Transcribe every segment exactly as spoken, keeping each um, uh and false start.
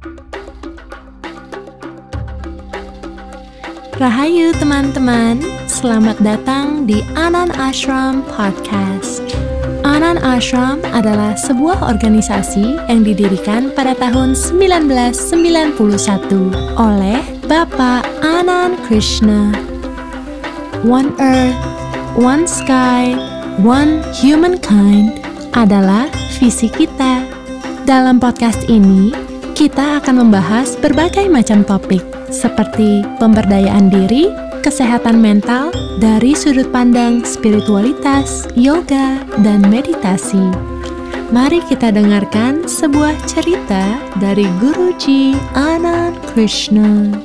Rahayu teman-teman, selamat datang di Anand Ashram Podcast. Anand Ashram adalah sebuah organisasi yang didirikan pada tahun sembilan belas sembilan puluh satu oleh Bapak Anand Krishna. One Earth, One Sky, One Humankind adalah visi kita. Dalam podcast ini, kita akan membahas berbagai macam topik seperti pemberdayaan diri, kesehatan mental, dari sudut pandang spiritualitas, yoga, dan meditasi. Mari kita dengarkan sebuah cerita dari Guruji Anand Krishna.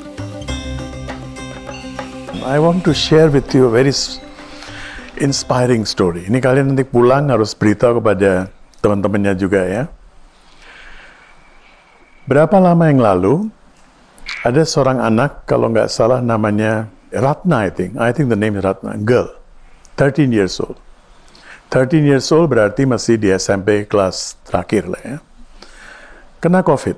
I want to share with you a very inspiring story. Ini kalian nanti pulang harus beritahu kepada teman-temannya juga ya. Berapa lama yang lalu, ada seorang anak, kalau nggak salah namanya Ratna, I think. I think the name is Ratna, girl, thirteen years old. thirteen years old berarti masih di S M P kelas terakhir lah ya. Kena COVID.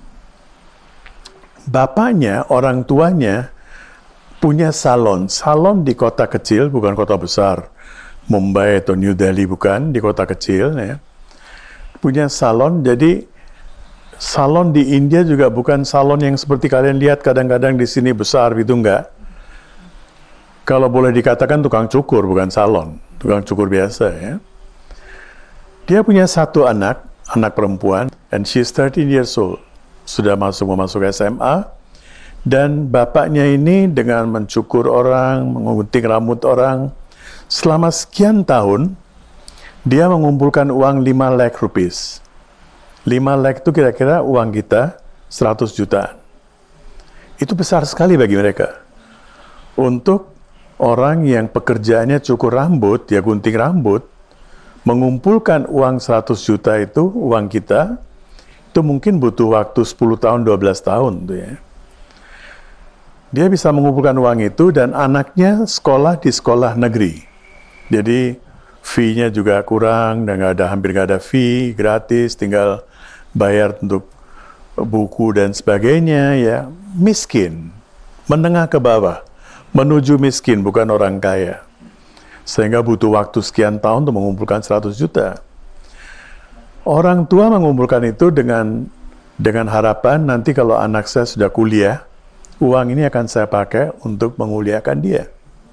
Bapaknya, orang tuanya, punya salon. Salon di kota kecil, bukan kota besar. Mumbai atau New Delhi, bukan. Di kota kecil ya. Punya salon, jadi salon di India juga bukan salon yang seperti kalian lihat kadang-kadang di sini besar gitu, enggak. Kalau boleh dikatakan tukang cukur, bukan salon. Tukang cukur biasa ya. Dia punya satu anak, anak perempuan, and she's thirteen years old. Sudah masuk masuk S M A, dan bapaknya ini dengan mencukur orang, menggunting rambut orang, selama sekian tahun, dia mengumpulkan uang lima lakh rupiah. lima lakh itu kira-kira uang kita seratus jutaan. Itu besar sekali bagi mereka. Untuk orang yang pekerjaannya cukur rambut, ya gunting rambut, mengumpulkan uang seratus juta itu, uang kita, itu mungkin butuh waktu sepuluh tahun, dua belas tahun. Tuh ya. Dia bisa mengumpulkan uang itu dan anaknya sekolah di sekolah negeri. Jadi fee-nya juga kurang, dan nggak ada, hampir nggak ada fee, gratis, tinggal bayar untuk buku dan sebagainya, ya miskin, menengah ke bawah, menuju miskin, bukan orang kaya. Sehingga butuh waktu sekian tahun untuk mengumpulkan seratus juta. Orang tua mengumpulkan itu dengan dengan harapan nanti kalau anak saya sudah kuliah, uang ini akan saya pakai untuk menguliakan dia.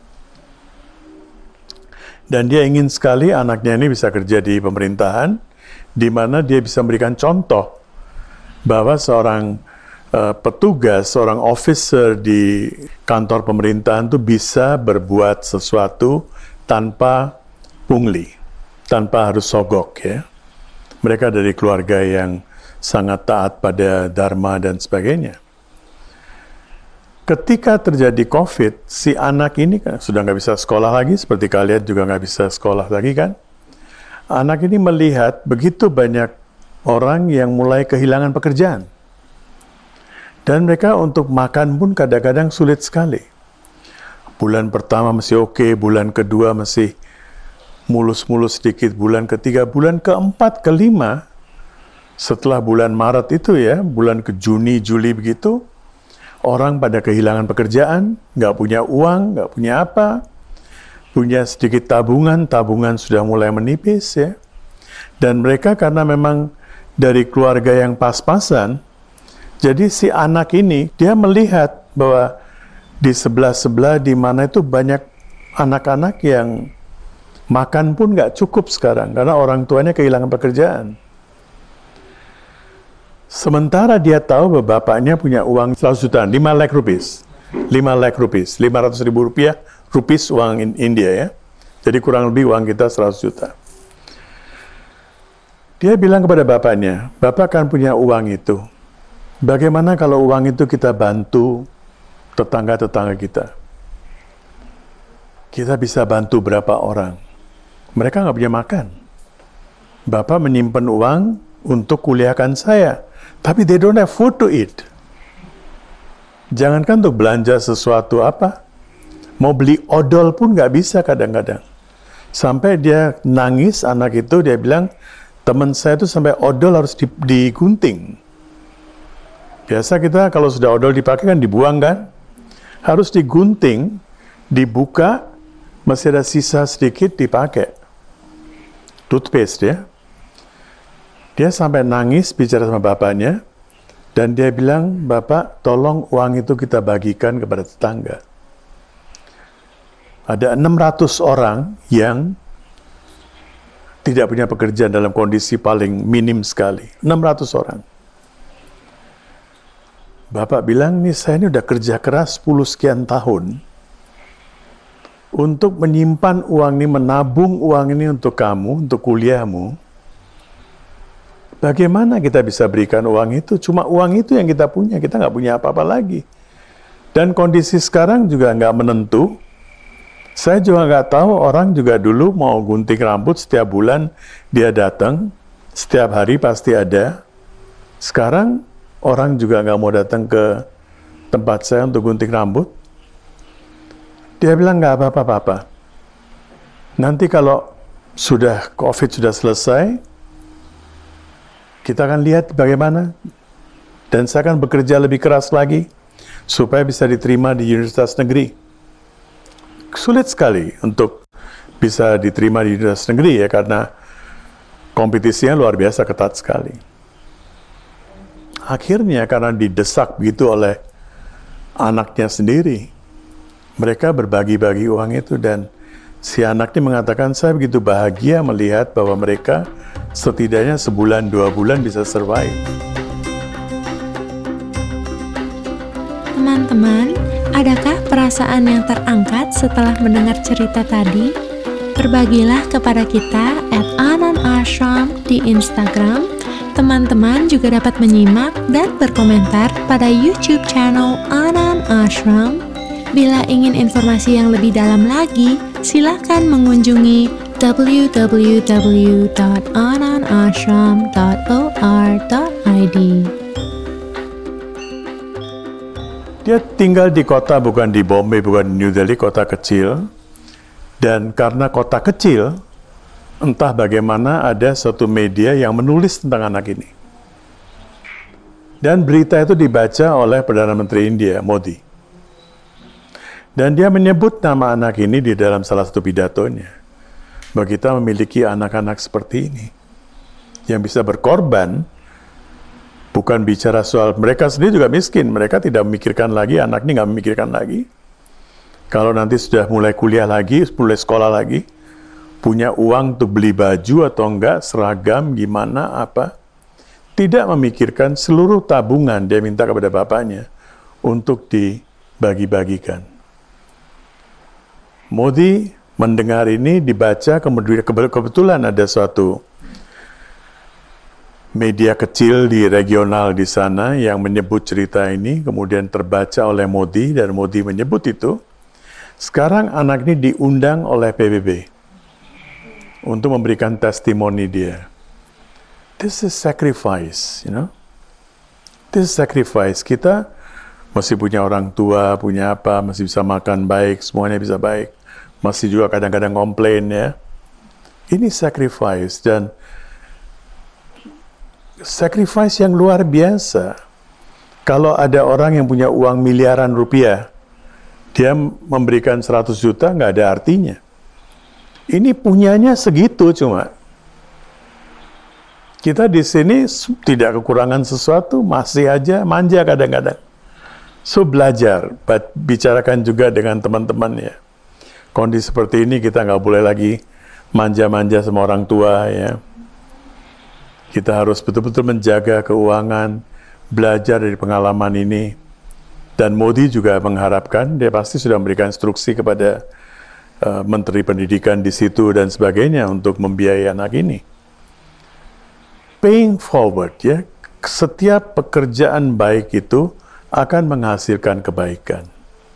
Dan dia ingin sekali anaknya ini bisa kerja di pemerintahan, di mana dia bisa memberikan contoh bahwa seorang uh, petugas, seorang officer di kantor pemerintahan itu bisa berbuat sesuatu tanpa pungli, tanpa harus sogok ya. Mereka dari keluarga yang sangat taat pada dharma dan sebagainya. Ketika terjadi COVID, si anak ini kan sudah nggak bisa sekolah lagi, seperti kalian juga nggak bisa sekolah lagi kan. Anak ini melihat begitu banyak orang yang mulai kehilangan pekerjaan. Dan mereka untuk makan pun kadang-kadang sulit sekali. Bulan pertama masih oke, bulan kedua masih mulus-mulus sedikit, bulan ketiga, bulan keempat, kelima, setelah bulan Maret itu ya, bulan ke Juni, Juli begitu, orang pada kehilangan pekerjaan, nggak punya uang, nggak punya apa, punya sedikit tabungan, tabungan sudah mulai menipis ya. Dan mereka karena memang dari keluarga yang pas-pasan, jadi si anak ini, dia melihat bahwa di sebelah-sebelah di mana itu banyak anak-anak yang makan pun nggak cukup sekarang, karena orang tuanya kehilangan pekerjaan. Sementara dia tahu bahwa bapaknya punya uang seratus jutaan, lima lakh rupiah. lima lakh rupiah, lima ratus ribu rupiah, rupiah uang in India ya. Jadi kurang lebih uang kita seratus juta. Dia bilang kepada bapaknya, Bapak kan punya uang itu. Bagaimana kalau uang itu kita bantu tetangga-tetangga kita? Kita bisa bantu berapa orang? Mereka nggak punya makan. Bapak menyimpan uang untuk kuliahkan saya, tapi they don't have food to eat. Jangankan untuk belanja sesuatu apa, mau beli odol pun nggak bisa kadang-kadang. Sampai dia nangis, anak itu, dia bilang, teman saya itu sampai odol harus digunting. Biasa kita kalau sudah odol dipakai kan dibuang kan? Harus digunting, dibuka, masih ada sisa sedikit dipakai. Toothpaste ya. Dia sampai nangis bicara sama bapaknya, dan dia bilang, "Bapak, tolong uang itu kita bagikan kepada tetangga." Ada enam ratus orang yang tidak punya pekerjaan dalam kondisi paling minim sekali. enam ratus orang. Bapak bilang, nih saya ini udah kerja keras sepuluh sekian tahun untuk menyimpan uang ini, menabung uang ini untuk kamu, untuk kuliahmu. Bagaimana kita bisa berikan uang itu? Cuma uang itu yang kita punya, kita nggak punya apa-apa lagi. Dan kondisi sekarang juga nggak menentu. Saya juga nggak tahu, orang juga dulu mau gunting rambut setiap bulan, dia datang, setiap hari pasti ada. Sekarang orang juga nggak mau datang ke tempat saya untuk gunting rambut. Dia bilang nggak apa-apa. Nanti kalau sudah COVID sudah selesai, kita akan lihat bagaimana, dan saya akan bekerja lebih keras lagi supaya bisa diterima di universitas negeri. Sulit sekali untuk bisa diterima di universitas negeri ya, karena kompetisinya luar biasa ketat sekali. Akhirnya karena didesak begitu oleh anaknya sendiri, mereka berbagi-bagi uang itu, dan si anaknya mengatakan, saya begitu bahagia melihat bahwa mereka setidaknya sebulan, dua bulan bisa survive. Teman-teman, adakah perasaan yang terangkat setelah mendengar cerita tadi? Berbagilah kepada kita at Anan Ashram di Instagram. Teman-teman juga dapat menyimak dan berkomentar pada YouTube channel Anan Ashram. Bila ingin informasi yang lebih dalam lagi, silakan mengunjungi w w w dot anan ashram dot or dot i d. Dia tinggal di kota, bukan di Bombay, bukan di New Delhi, kota kecil. Dan karena kota kecil, entah bagaimana ada suatu media yang menulis tentang anak ini. Dan berita itu dibaca oleh Perdana Menteri India, Modi. Dan dia menyebut nama anak ini di dalam salah satu pidatonya. Bahwa kita memiliki anak-anak seperti ini, yang bisa berkorban, bukan bicara soal mereka sendiri juga miskin, mereka tidak memikirkan lagi, anak ini nggak memikirkan lagi. Kalau nanti sudah mulai kuliah lagi, mulai sekolah lagi, punya uang untuk beli baju atau enggak, seragam, gimana, apa, tidak memikirkan seluruh tabungan dia minta kepada bapaknya untuk dibagi-bagikan. Modi mendengar ini, dibaca, kemudian kebetulan ada suatu media kecil di regional di sana yang menyebut cerita ini, kemudian terbaca oleh Modi, dan Modi menyebut itu. Sekarang anak ini diundang oleh P B B untuk memberikan testimoni dia. This is sacrifice, you know. This is sacrifice. Kita masih punya orang tua, punya apa, masih bisa makan baik, semuanya bisa baik. Masih juga kadang-kadang komplain ya. Ini sacrifice, dan sacrifice yang luar biasa. Kalau ada orang yang punya uang miliaran rupiah, dia memberikan seratus juta, nggak ada artinya. Ini punyanya segitu cuma. Kita di sini tidak kekurangan sesuatu, masih aja manja kadang-kadang. So belajar, bicarakan juga dengan teman-teman ya. Kondisi seperti ini kita nggak boleh lagi manja-manja sama orang tua ya. Kita harus betul-betul menjaga keuangan, belajar dari pengalaman ini. Dan Modi juga mengharapkan, dia pasti sudah memberikan instruksi kepada uh, Menteri Pendidikan di situ dan sebagainya untuk membiayai anak ini. Paying forward ya, setiap pekerjaan baik itu akan menghasilkan kebaikan.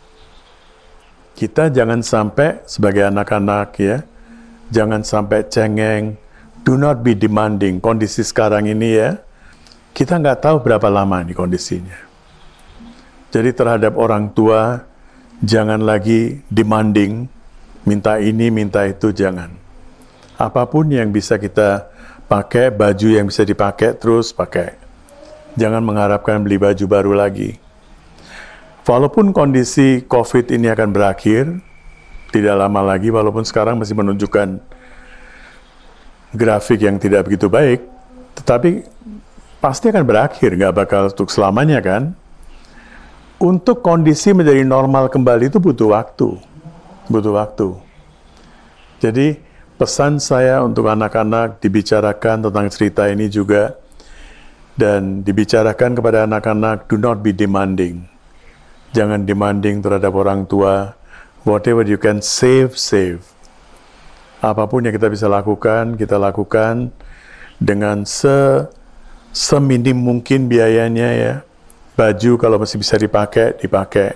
Kita jangan sampai sebagai anak-anak ya, jangan sampai cengeng, do not be demanding. Kondisi sekarang ini ya, kita nggak tahu berapa lama nih kondisinya. Jadi terhadap orang tua, jangan lagi demanding, minta ini, minta itu, jangan. Apapun yang bisa kita pakai, baju yang bisa dipakai, terus pakai. Jangan mengharapkan beli baju baru lagi. Walaupun kondisi COVID ini akan berakhir, tidak lama lagi, walaupun sekarang masih menunjukkan grafik yang tidak begitu baik, tetapi pasti akan berakhir, nggak bakal untuk selamanya kan. Untuk kondisi menjadi normal kembali itu butuh waktu, butuh waktu. Jadi pesan saya untuk anak-anak dibicarakan tentang cerita ini juga, dan dibicarakan kepada anak-anak, do not be demanding. Jangan demanding terhadap orang tua. Whatever you can save, save. Apapun yang kita bisa lakukan, kita lakukan dengan se seminim mungkin biayanya ya. Baju kalau masih bisa dipakai, dipakai.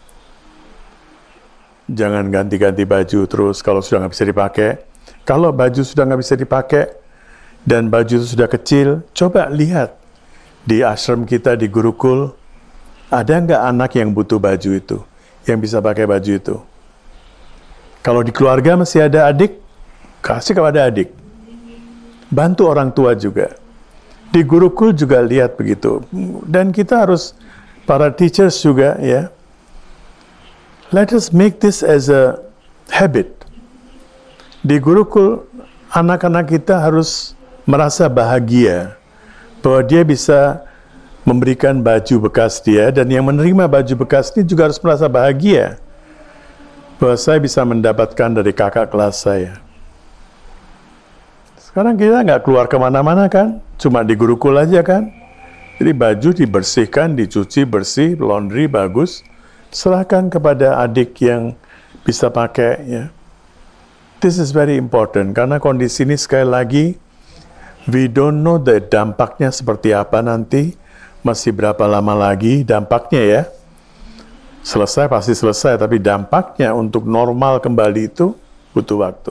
Jangan ganti-ganti baju terus kalau sudah nggak bisa dipakai. Kalau baju sudah nggak bisa dipakai dan baju itu sudah kecil, coba lihat di ashram kita, di Gurukul, ada nggak anak yang butuh baju itu, yang bisa pakai baju itu? Kalau di keluarga masih ada adik, kasih kepada adik. Bantu orang tua juga. Di Gurukul juga lihat begitu. Dan kita harus, para teachers juga ya, let us make this as a habit. Di Gurukul, anak-anak kita harus merasa bahagia bahwa dia bisa memberikan baju bekas dia, dan yang menerima baju bekas ini juga harus merasa bahagia bahwa saya bisa mendapatkan dari kakak kelas saya. Sekarang kita nggak keluar kemana-mana kan, cuma di Gurukul aja kan. Jadi baju dibersihkan, dicuci bersih, laundry bagus, serahkan kepada adik yang bisa pakai ya. This is very important, karena kondisi ini sekali lagi, we don't know the dampaknya seperti apa nanti, masih berapa lama lagi dampaknya ya. Selesai pasti selesai, tapi dampaknya untuk normal kembali itu butuh waktu.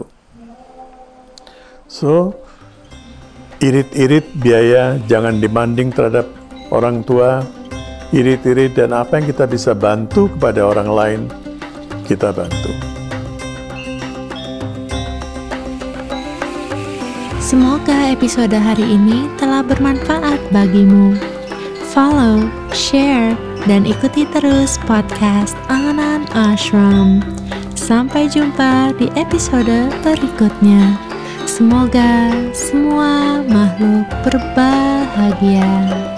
So, irit-irit biaya, jangan demanding terhadap orang tua, irit-irit, dan apa yang kita bisa bantu kepada orang lain, kita bantu. Semoga episode hari ini telah bermanfaat bagimu. Follow, share, dan ikuti terus podcast Anan Ashram. Sampai jumpa di episode berikutnya. Semoga semua makhluk berbahagia.